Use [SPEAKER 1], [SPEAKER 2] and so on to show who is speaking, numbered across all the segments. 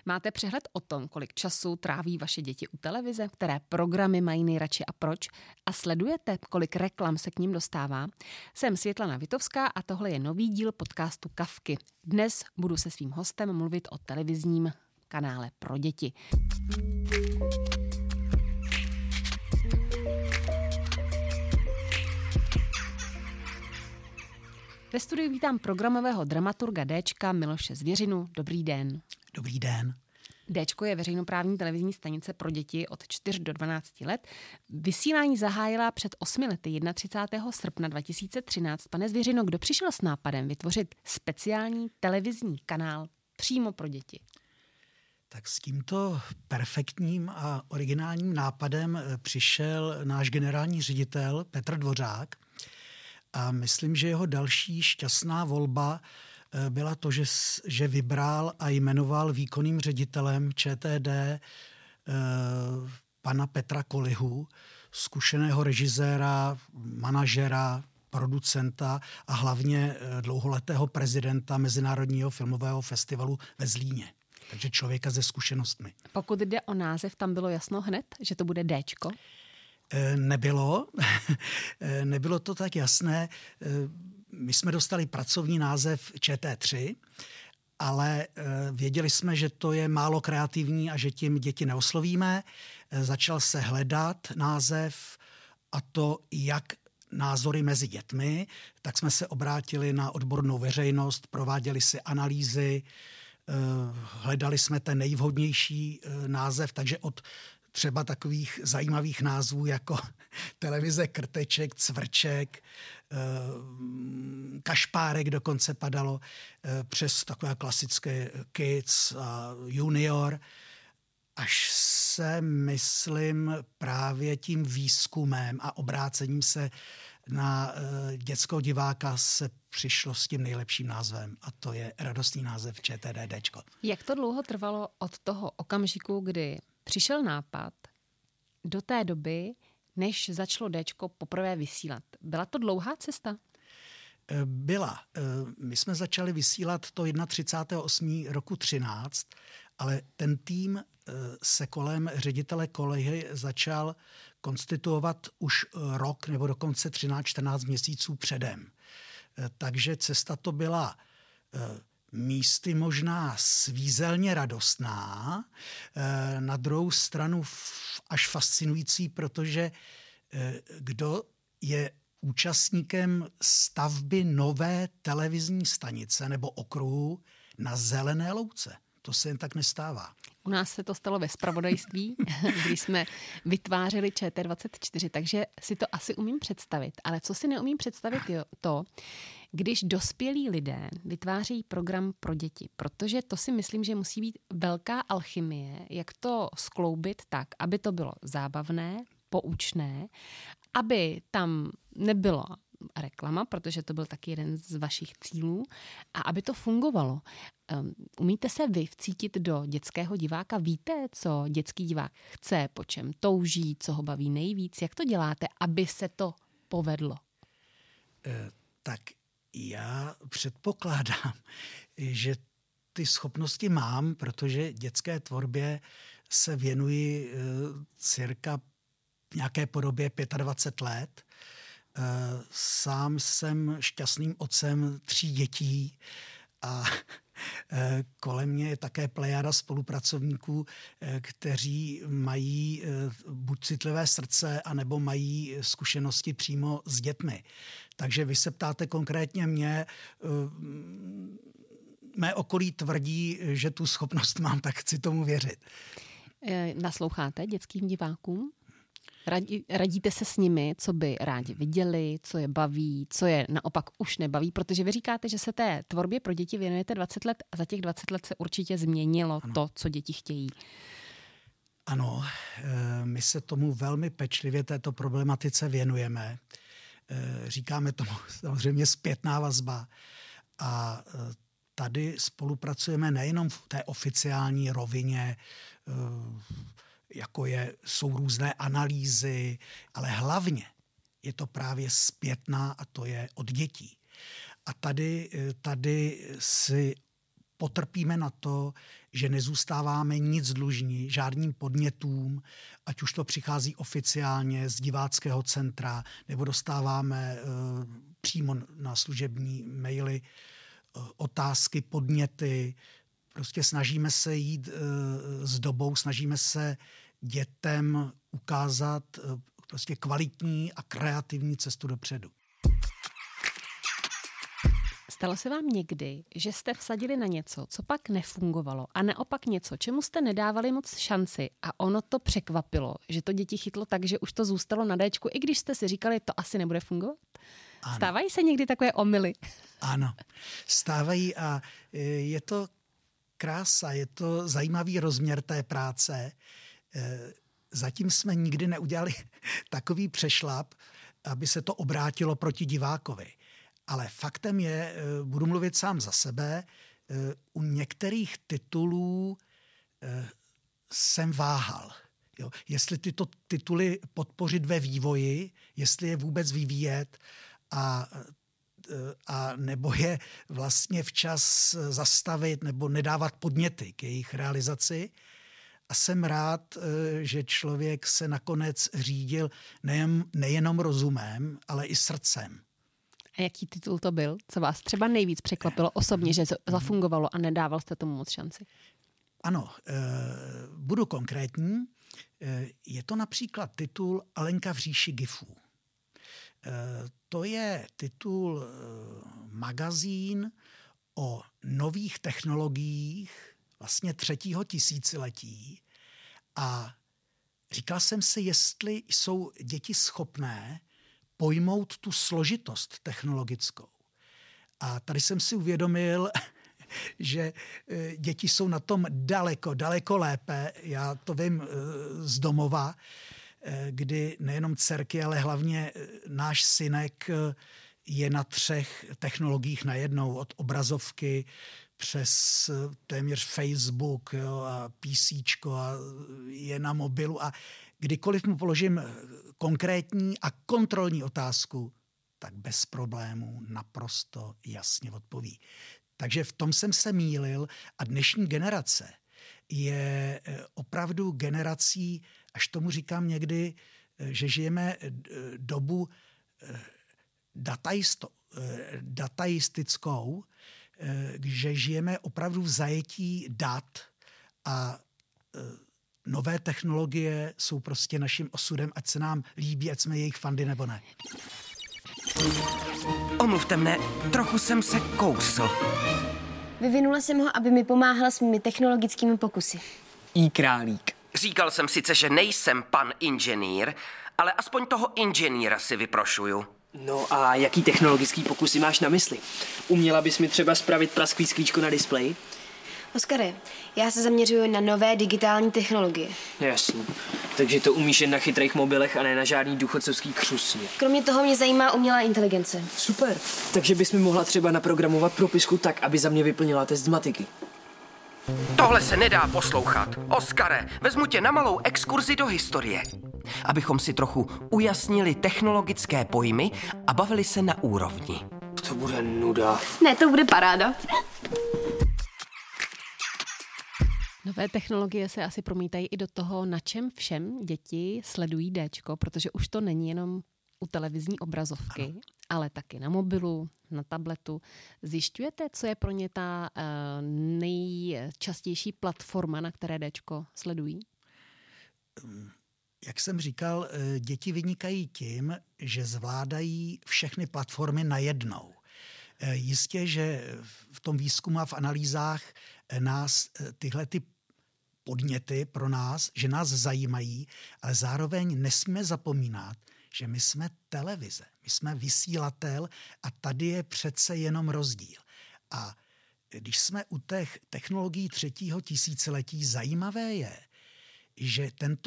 [SPEAKER 1] Máte přehled o tom, kolik času tráví vaše děti u televize, které programy mají nejradši a proč? A sledujete, kolik reklam se k ním dostává? Jsem Světlana Vitovská a tohle je nový díl podcastu Kafky. Dnes budu se svým hostem mluvit o televizním kanále pro děti. Ve studiu vítám programového dramaturga Déčka Miloše Zvěřinu. Dobrý den.
[SPEAKER 2] Dobrý den.
[SPEAKER 1] Déčko je veřejnoprávní televizní stanice pro děti od 4 do 12 let. Vysílání zahájila před 8 lety, 31. srpna 2013. Pane Zvěřino, kdo přišel s nápadem vytvořit speciální televizní kanál přímo pro děti?
[SPEAKER 2] Tak s tímto perfektním a originálním nápadem přišel náš generální ředitel Petr Dvořák a myslím, že jeho další šťastná volba byla to, že vybral a jmenoval výkonným ředitelem ČTD pana Petra Kolihu, zkušeného režiséra, manažera, producenta a hlavně dlouholetého prezidenta Mezinárodního filmového festivalu ve Zlíně. Takže člověka se zkušenostmi.
[SPEAKER 1] Pokud jde o název, tam bylo jasno hned, že to bude Déčko?
[SPEAKER 2] Nebylo. Nebylo to tak jasné. My jsme dostali pracovní název ČT3, ale věděli jsme, že to je málo kreativní a že tím děti neoslovíme. Začal se hledat název, a to jak názory mezi dětmi, tak jsme se obrátili na odbornou veřejnost, prováděli si analýzy, hledali jsme ten nejvhodnější název, takže od třeba takových zajímavých názvů jako televize Krteček, Cvrček, Kašpárek dokonce padalo, přes takové klasické Kids a Junior, až se, myslím, právě tím výzkumem a obrácením se na dětského diváka se přišlo s tím nejlepším názvem a to je radostný název ČTDčko.
[SPEAKER 1] Jak to dlouho trvalo od toho okamžiku, kdy přišel nápad do té doby, než začalo Déčko poprvé vysílat? Byla to dlouhá cesta?
[SPEAKER 2] Byla. My jsme začali vysílat to 31.8. roku 13, ale ten tým se kolem ředitele Kolihy začal konstituovat už rok nebo dokonce 13-14 měsíců předem. Takže cesta to byla místy možná svízelně radostná, na druhou stranu až fascinující, protože kdo je účastníkem stavby nové televizní stanice nebo okruhu na zelené louce. To se jen tak nestává.
[SPEAKER 1] U nás se to stalo ve zpravodajství, když jsme vytvářeli ČT24, takže si to asi umím představit. Ale co si neumím představit je to, když dospělí lidé vytváří program pro děti, protože to si myslím, že musí být velká alchymie, jak to skloubit tak, aby to bylo zábavné, poučné, aby tam nebylo reklama, protože to byl taky jeden z vašich cílů, a aby to fungovalo. Umíte se vy vcítit do dětského diváka? Víte, co dětský divák chce, po čem touží, co ho baví nejvíc? Jak to děláte, aby se to povedlo?
[SPEAKER 2] Tak já předpokládám, že ty schopnosti mám, protože dětské tvorbě se věnuji cirka v nějaké podobě 25 let. Sám jsem šťastným otcem 3 dětí a kolem mě je také plejada spolupracovníků, kteří mají buď citlivé srdce, anebo mají zkušenosti přímo s dětmi. Takže vy se ptáte konkrétně mě, mé okolí tvrdí, že tu schopnost mám, tak chci tomu věřit.
[SPEAKER 1] Nasloucháte dětským divákům? Radíte se s nimi, co by rádi viděli, co je baví, co je naopak už nebaví, protože vy říkáte, že se té tvorbě pro děti věnujete 20 let a za těch 20 let se určitě změnilo to, co děti chtějí.
[SPEAKER 2] Ano, my se tomu velmi pečlivě této problematice věnujeme. Říkáme tomu samozřejmě zpětná vazba a tady spolupracujeme nejenom v té oficiální rovině, jako jsou různé analýzy, ale hlavně je to právě zpětná a to je od dětí. A tady si potrpíme na to, že nezůstáváme nic dlužní žádným podnětům, ať už to přichází oficiálně z diváckého centra, nebo dostáváme přímo na služební maily otázky, podněty. Prostě snažíme se jít s dobou, snažíme se dětem ukázat prostě kvalitní a kreativní cestu dopředu.
[SPEAKER 1] Stalo se vám někdy, že jste vsadili na něco, co pak nefungovalo a naopak něco, čemu jste nedávali moc šanci a ono to překvapilo, že to děti chytlo tak, že už to zůstalo na déčku, i když jste si říkali, to asi nebude fungovat? Ano. Stávají se někdy takové omyly?
[SPEAKER 2] Ano, stávají a je to krása, je to zajímavý rozměr té práce. Zatím jsme nikdy neudělali takový přešlap, aby se to obrátilo proti divákovi. Ale faktem je, budu mluvit sám za sebe, u některých titulů jsem váhal. Jo? Jestli tyto tituly podpořit ve vývoji, jestli je vůbec vyvíjet a nebo je vlastně včas zastavit nebo nedávat podněty k jejich realizaci. A jsem rád, že člověk se nakonec řídil nejenom rozumem, ale i srdcem.
[SPEAKER 1] A jaký titul to byl? Co vás třeba nejvíc překvapilo osobně, že zafungovalo a nedával jste tomu moc šanci?
[SPEAKER 2] Ano, budu konkrétní. Je to například titul Alenka v říši gifů. To je titul magazín o nových technologiích vlastně 3. tisíciletí a říkal jsem si, jestli jsou děti schopné pojmout tu složitost technologickou. A tady jsem si uvědomil, že děti jsou na tom daleko lépe. Já to vím z domova, kdy nejenom dcerky, ale hlavně náš synek je na 3 technologiích najednou, od obrazovky přes téměř Facebook, jo, a PCčko a je na mobilu a kdykoliv mu položím konkrétní a kontrolní otázku, tak bez problémů naprosto jasně odpoví. Takže v tom jsem se mýlil a dnešní generace je opravdu generací, až tomu říkám někdy, že žijeme dobu dataistickou, že žijeme opravdu v zajetí dat a nové technologie jsou prostě naším osudem, ať se nám líbí, ať jsme jejich fandy nebo ne.
[SPEAKER 3] Omluvte mne, trochu jsem se kousl.
[SPEAKER 4] Vyvinula jsem ho, aby mi pomáhal s mými technologickými pokusy.
[SPEAKER 5] Králík.
[SPEAKER 3] Říkal jsem sice, že nejsem pan inženýr, ale aspoň toho inženýra si vyprošuju.
[SPEAKER 5] No a jaký technologický pokusy máš na mysli? Uměla bys mi třeba spravit prasklý sklíčko na displeji?
[SPEAKER 4] Oskare, já se zaměřuju na nové digitální technologie.
[SPEAKER 5] Jasně. Takže to umíš jen na chytrých mobilech a ne na žádný důchodcovský křusně.
[SPEAKER 4] Kromě toho mě zajímá umělá inteligence.
[SPEAKER 5] Super. Takže bys mi mohla třeba naprogramovat propisku tak, aby za mě vyplnila test z matiky.
[SPEAKER 3] Tohle se nedá poslouchat. Oskare, vezmu tě na malou exkurzi do historie. Abychom si trochu ujasnili technologické pojmy a bavili se na úrovni.
[SPEAKER 5] To bude nuda.
[SPEAKER 4] Ne, to bude paráda.
[SPEAKER 1] Nové technologie se asi promítají i do toho, na čem všem děti sledují Déčko, protože už to není jenom u televizní obrazovky, ale taky na mobilu, na tabletu. Zjišťujete, co je pro ně ta nejčastější platforma, na které Déčko sledují?
[SPEAKER 2] Jak jsem říkal, děti vynikají tím, že zvládají všechny platformy najednou. Jistě, že v tom výzkumu a v analýzách nás tyhle ty podněty pro nás, že nás zajímají, ale zároveň nesmíme zapomínat, že my jsme televize, my jsme vysílatel a tady je přece jenom rozdíl. A když jsme u těch technologií 3. tisíciletí, zajímavé je, že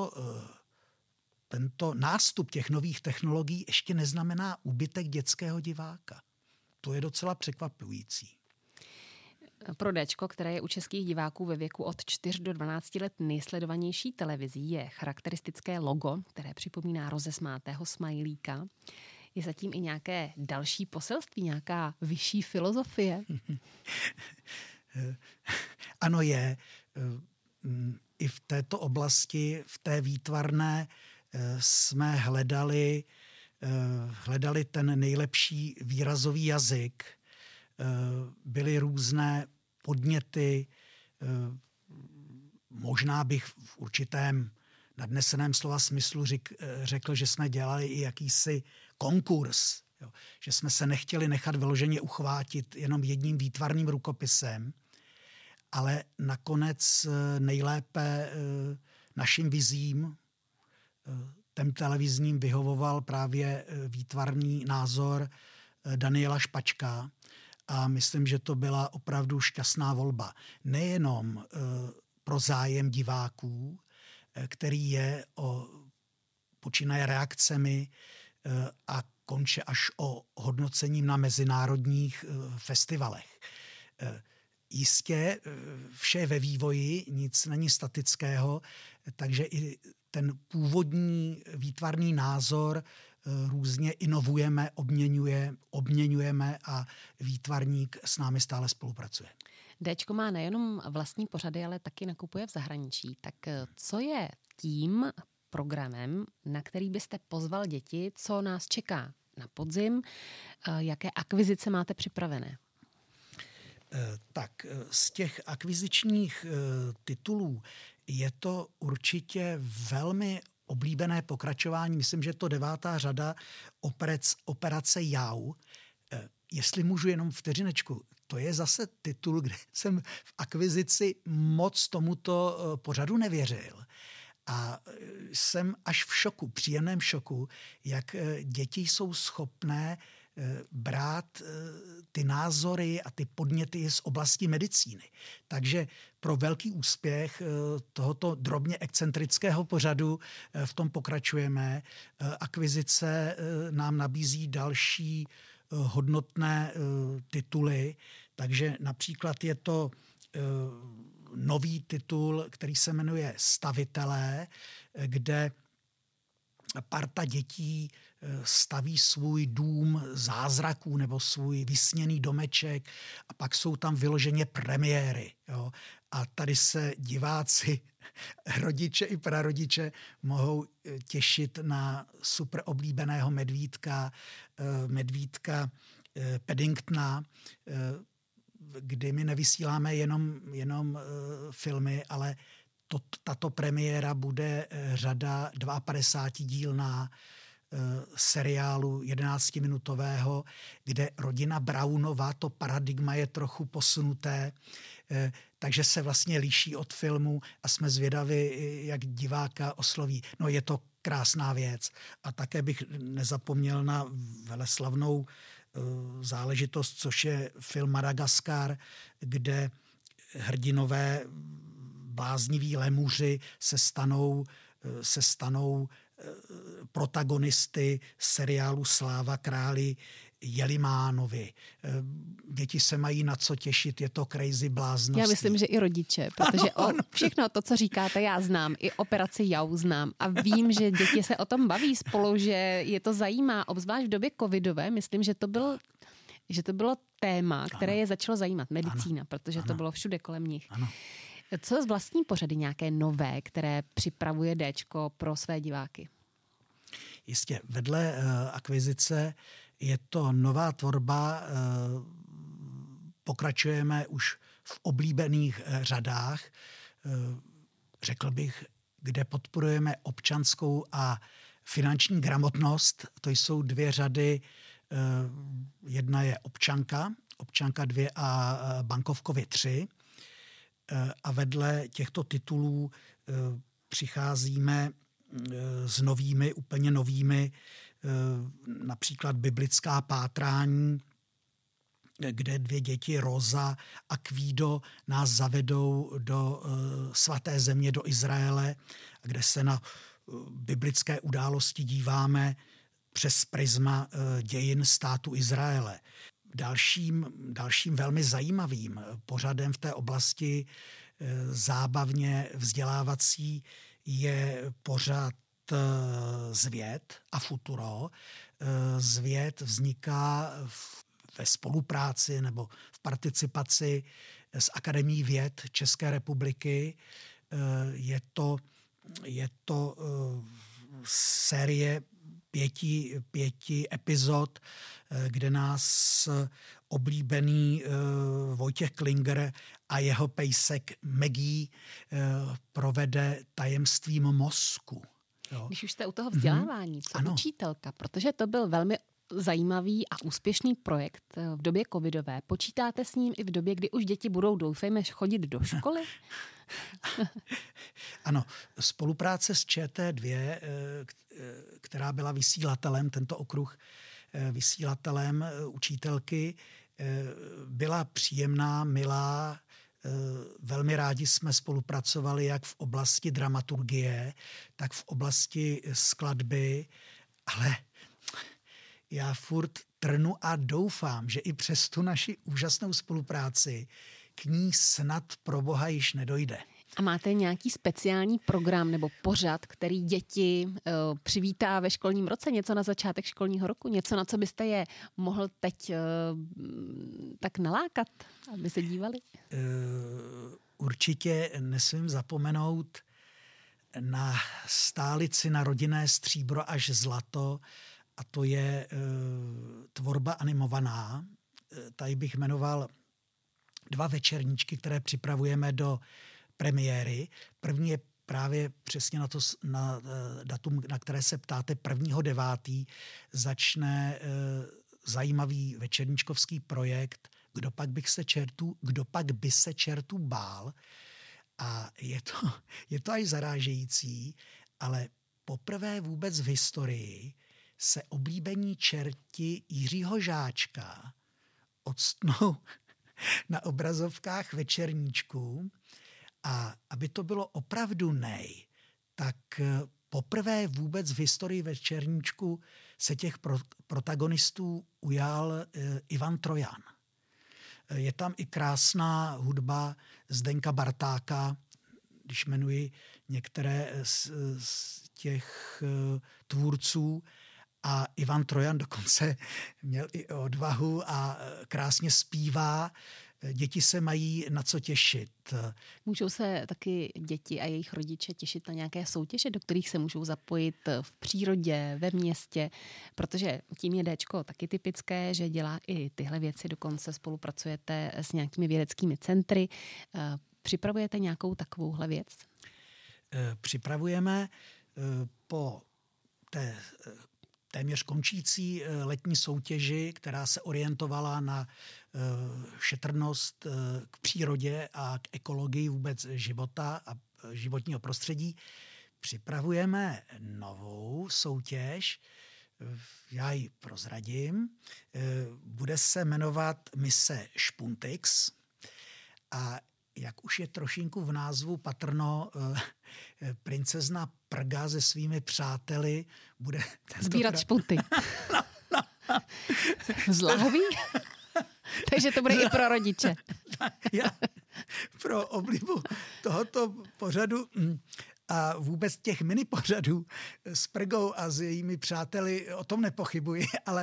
[SPEAKER 2] tento nástup těch nových technologií ještě neznamená úbytek dětského diváka. To je docela překvapující.
[SPEAKER 1] Pro Déčko, které je u českých diváků ve věku od 4 do 12 let nejsledovanější televizí, je charakteristické logo, které připomíná rozesmátého smajlíka. Je zatím i nějaké další poselství, nějaká vyšší filozofie?
[SPEAKER 2] Ano je. I v této oblasti, v té výtvarné, jsme hledali ten nejlepší výrazový jazyk. Byly různé podněty, možná bych v určitém nadneseném slova smyslu řekl, že jsme dělali i jakýsi konkurs, jo, že jsme se nechtěli nechat vyloženě uchvátit jenom jedním výtvarným rukopisem, ale nakonec nejlépe našim vizím, těm televizním, vyhovoval právě výtvarný názor Daniela Špačka a myslím, že to byla opravdu šťastná volba. Nejenom pro zájem diváků, který je počínaje reakcemi a konče až o hodnocením na mezinárodních festivalech. Jistě vše je ve vývoji, nic není statického, takže i ten původní výtvarný názor různě inovujeme, obměňujeme a výtvarník s námi stále spolupracuje.
[SPEAKER 1] Déčko má nejenom vlastní pořady, ale taky nakupuje v zahraničí. Tak co je tím programem, na který byste pozval děti, co nás čeká na podzim, jaké akvizice máte připravené?
[SPEAKER 2] Tak z těch akvizičních titulů je to určitě velmi oblíbené pokračování. Myslím, že je to 9. řada Operace Jau. Jestli můžu jenom vteřinečku, to je zase titul, kde jsem v akvizici moc tomuto pořadu nevěřil. A jsem až v šoku, příjemném šoku, jak děti jsou schopné brát ty názory a ty podněty z oblasti medicíny. Takže pro velký úspěch tohoto drobně excentrického pořadu v tom pokračujeme. Akvizice nám nabízí další hodnotné tituly, takže například je to nový titul, který se jmenuje Stavitelé, kde parta dětí staví svůj dům zázraků nebo svůj vysněný domeček a pak jsou tam vyloženě premiéry. Jo? A tady se diváci, rodiče i prarodiče mohou těšit na super oblíbeného medvídka Paddingtona, kdy my nevysíláme jenom filmy, ale tato premiéra bude řada 52dílná seriálu 11minutového, kde rodina Brownová, to paradigma je trochu posunuté, takže se vlastně liší od filmu a jsme zvědaví, jak diváka osloví. No je to krásná věc. A také bych nezapomněl na veleslavnou záležitost, což je film Madagaskar, kde hrdinové blázniví lemuři se stanou protagonisty seriálu Sláva králi Jelimánovi. Děti se mají na co těšit, je to crazy bláznost.
[SPEAKER 1] Já myslím, že i rodiče, protože všechno to, co říkáte, já znám, i Operaci Jau znám a vím, že děti se o tom baví spolu, že je to zajímá, obzvlášť v době covidové, myslím, že to bylo téma, které je začalo zajímat, medicína, protože to bylo všude kolem nich.
[SPEAKER 2] Ano.
[SPEAKER 1] Co z vlastní pořady nějaké nové, které připravuje Déčko pro své diváky?
[SPEAKER 2] Jistě, vedle akvizice je to nová tvorba, pokračujeme už v oblíbených řadách, řekl bych, kde podporujeme občanskou a finanční gramotnost. To jsou 2 řady, jedna je Občanka 2 a Bankovkově 3. A vedle těchto titulů přicházíme s novými, úplně novými, například Biblická pátrání, kde 2 děti, Roza a Kvído, nás zavedou do svaté země, do Izraele, kde se na biblické události díváme přes prizma dějin státu Izraele. Dalším velmi zajímavým pořadem v té oblasti zábavně vzdělávací je pořad Zvěd a Futuro. Zvěd vzniká ve spolupráci nebo v participaci z Akademií věd České republiky. Je to série pěti epizod, kde nás oblíbený Vojtěch Klinger a jeho pejsek Maggie provede tajemstvím mozku. Jo.
[SPEAKER 1] Když už jste u toho vzdělávání, co
[SPEAKER 2] Ano.
[SPEAKER 1] učitelka, protože to byl velmi zajímavý a úspěšný projekt v době covidové. Počítáte s ním i v době, kdy už děti budou, doufejme, chodit do školy?
[SPEAKER 2] Ano, spolupráce s ČT2, která byla vysílatelem, tento okruh vysílatelem učitelky, byla příjemná, milá. Velmi rádi jsme spolupracovali jak v oblasti dramaturgie, tak v oblasti skladby, ale já furt trnu a doufám, že i přes tu naši úžasnou spolupráci k ní snad pro Boha již nedojde.
[SPEAKER 1] A máte nějaký speciální program nebo pořad, který děti přivítá ve školním roce? Něco na začátek školního roku? Něco, na co byste je mohl teď tak nalákat, aby se dívali?
[SPEAKER 2] Určitě nesmím zapomenout na stálici na rodinné stříbro až zlato, a to je tvorba animovaná. Tady bych jmenoval 2 večerníčky, které připravujeme do premiéry. První je právě přesně na datum, na které se ptáte, 1.9. začne zajímavý večerníčkovský projekt Kdo pak by se čertů bál. A je to až zarážející, ale poprvé vůbec v historii se oblíbení čerti Jiřího Žáčka odstnou na obrazovkách večerníčků. A aby to bylo opravdu tak poprvé vůbec v historii večerníčku se těch protagonistů ujal Ivan Trojan. Je tam i krásná hudba Zdeňka Bartáka, když jmenuji některé z těch tvůrců. A Ivan Trojan dokonce měl i odvahu a krásně zpívá. Děti se mají na co těšit.
[SPEAKER 1] Můžou se taky děti a jejich rodiče těšit na nějaké soutěže, do kterých se můžou zapojit v přírodě, ve městě, protože tím je Déčko taky typické, že dělá i tyhle věci, dokonce spolupracujete s nějakými vědeckými centry. Připravujete nějakou takovouhle věc?
[SPEAKER 2] Připravujeme po té téměř končící letní soutěži, která se orientovala na šetrnost k přírodě a k ekologii vůbec života a životního prostředí. Připravujeme novou soutěž, já ji prozradím, bude se jmenovat Mise Špuntix a jak už je trošinku v názvu patrno, princezna Prga se svými přáteli bude
[SPEAKER 1] sbírat špunty. Z lahví? Takže to bude i pro rodiče.
[SPEAKER 2] Já pro oblibu tohoto pořadu a vůbec těch mini pořadů s Prgou a s jejími přáteli o tom nepochybuji,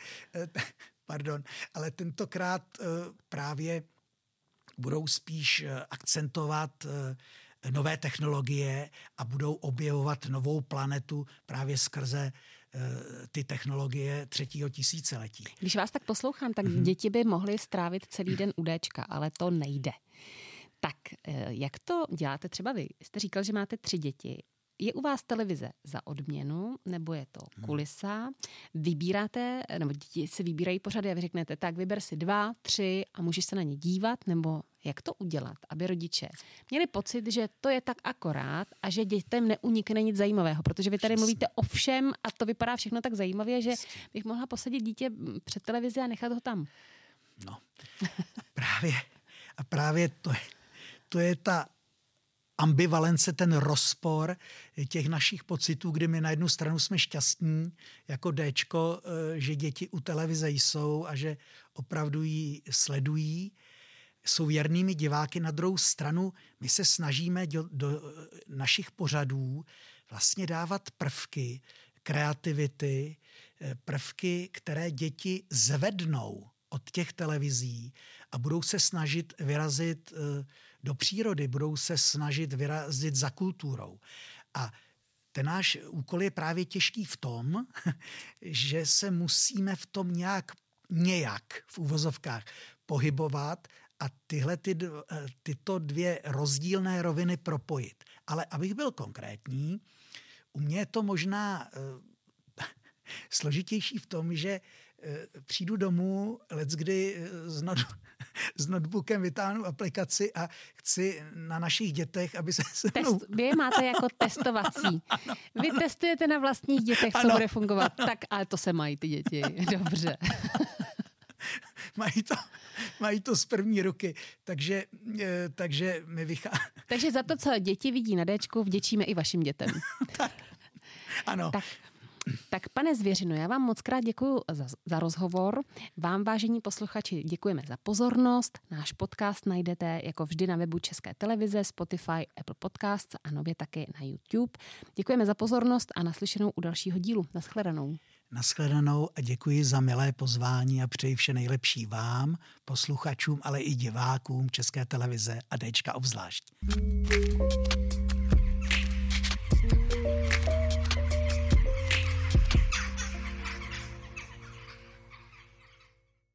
[SPEAKER 2] ale tentokrát právě budou spíš akcentovat nové technologie a budou objevovat novou planetu právě skrze ty technologie 3. tisíciletí.
[SPEAKER 1] Když vás tak poslouchám, tak děti by mohly strávit celý den u Déčka, ale to nejde. Tak jak to děláte třeba vy? Jste říkal, že máte 3 děti. Je u vás televize za odměnu, nebo je to kulisa? Vybíráte, nebo děti si vybírají pořady a vy řeknete, tak vyber si 2, 3 a můžeš se na ně dívat, nebo jak to udělat, aby rodiče měli pocit, že to je tak akorát a že dětem neunikne nic zajímavého, protože vy tady mluvíte o všem a to vypadá všechno tak zajímavě, že bych mohla posadit dítě před televizi a nechat ho tam.
[SPEAKER 2] No, právě to je ta ambivalence, ten rozpor těch našich pocitů, kdy my na jednu stranu jsme šťastní jako Déčko, že děti u televize jsou a že opravdu ji sledují, jsou věrnými diváky. Na druhou stranu my se snažíme do našich pořadů vlastně dávat prvky kreativity, prvky, které děti zvednou od těch televizí a budou se snažit vyrazit do přírody, budou se snažit vyrazit za kulturou. A ten náš úkol je právě těžký v tom, že se musíme v tom nějak v uvozovkách pohybovat a tyto dvě rozdílné roviny propojit. Ale abych byl konkrétní, u mě je to možná složitější v tom, že přijdu domů, leckdy s notebookem vytáhnu aplikaci a chci na našich dětech, aby se mnou...
[SPEAKER 1] Vy je máte jako testovací. Vy testujete na vlastních dětech, co bude fungovat. Tak, ale to se mají ty děti. Dobře.
[SPEAKER 2] Mají to z první ruky, takže mi vychází.
[SPEAKER 1] Takže za to, co děti vidí na Dčku, vděčíme i vašim dětem.
[SPEAKER 2] Tak, ano.
[SPEAKER 1] Tak pane Zvěřino, já vám moc krát děkuji za rozhovor. Vám, vážení posluchači, děkujeme za pozornost. Náš podcast najdete jako vždy na webu České televize, Spotify, Apple Podcasts a nově taky na YouTube. Děkujeme za pozornost a naslyšenou u dalšího dílu. Naschledanou.
[SPEAKER 2] Naschledanou a děkuji za milé pozvání a přeji vše nejlepší vám, posluchačům, ale i divákům České televize a Dčka obzvlášť.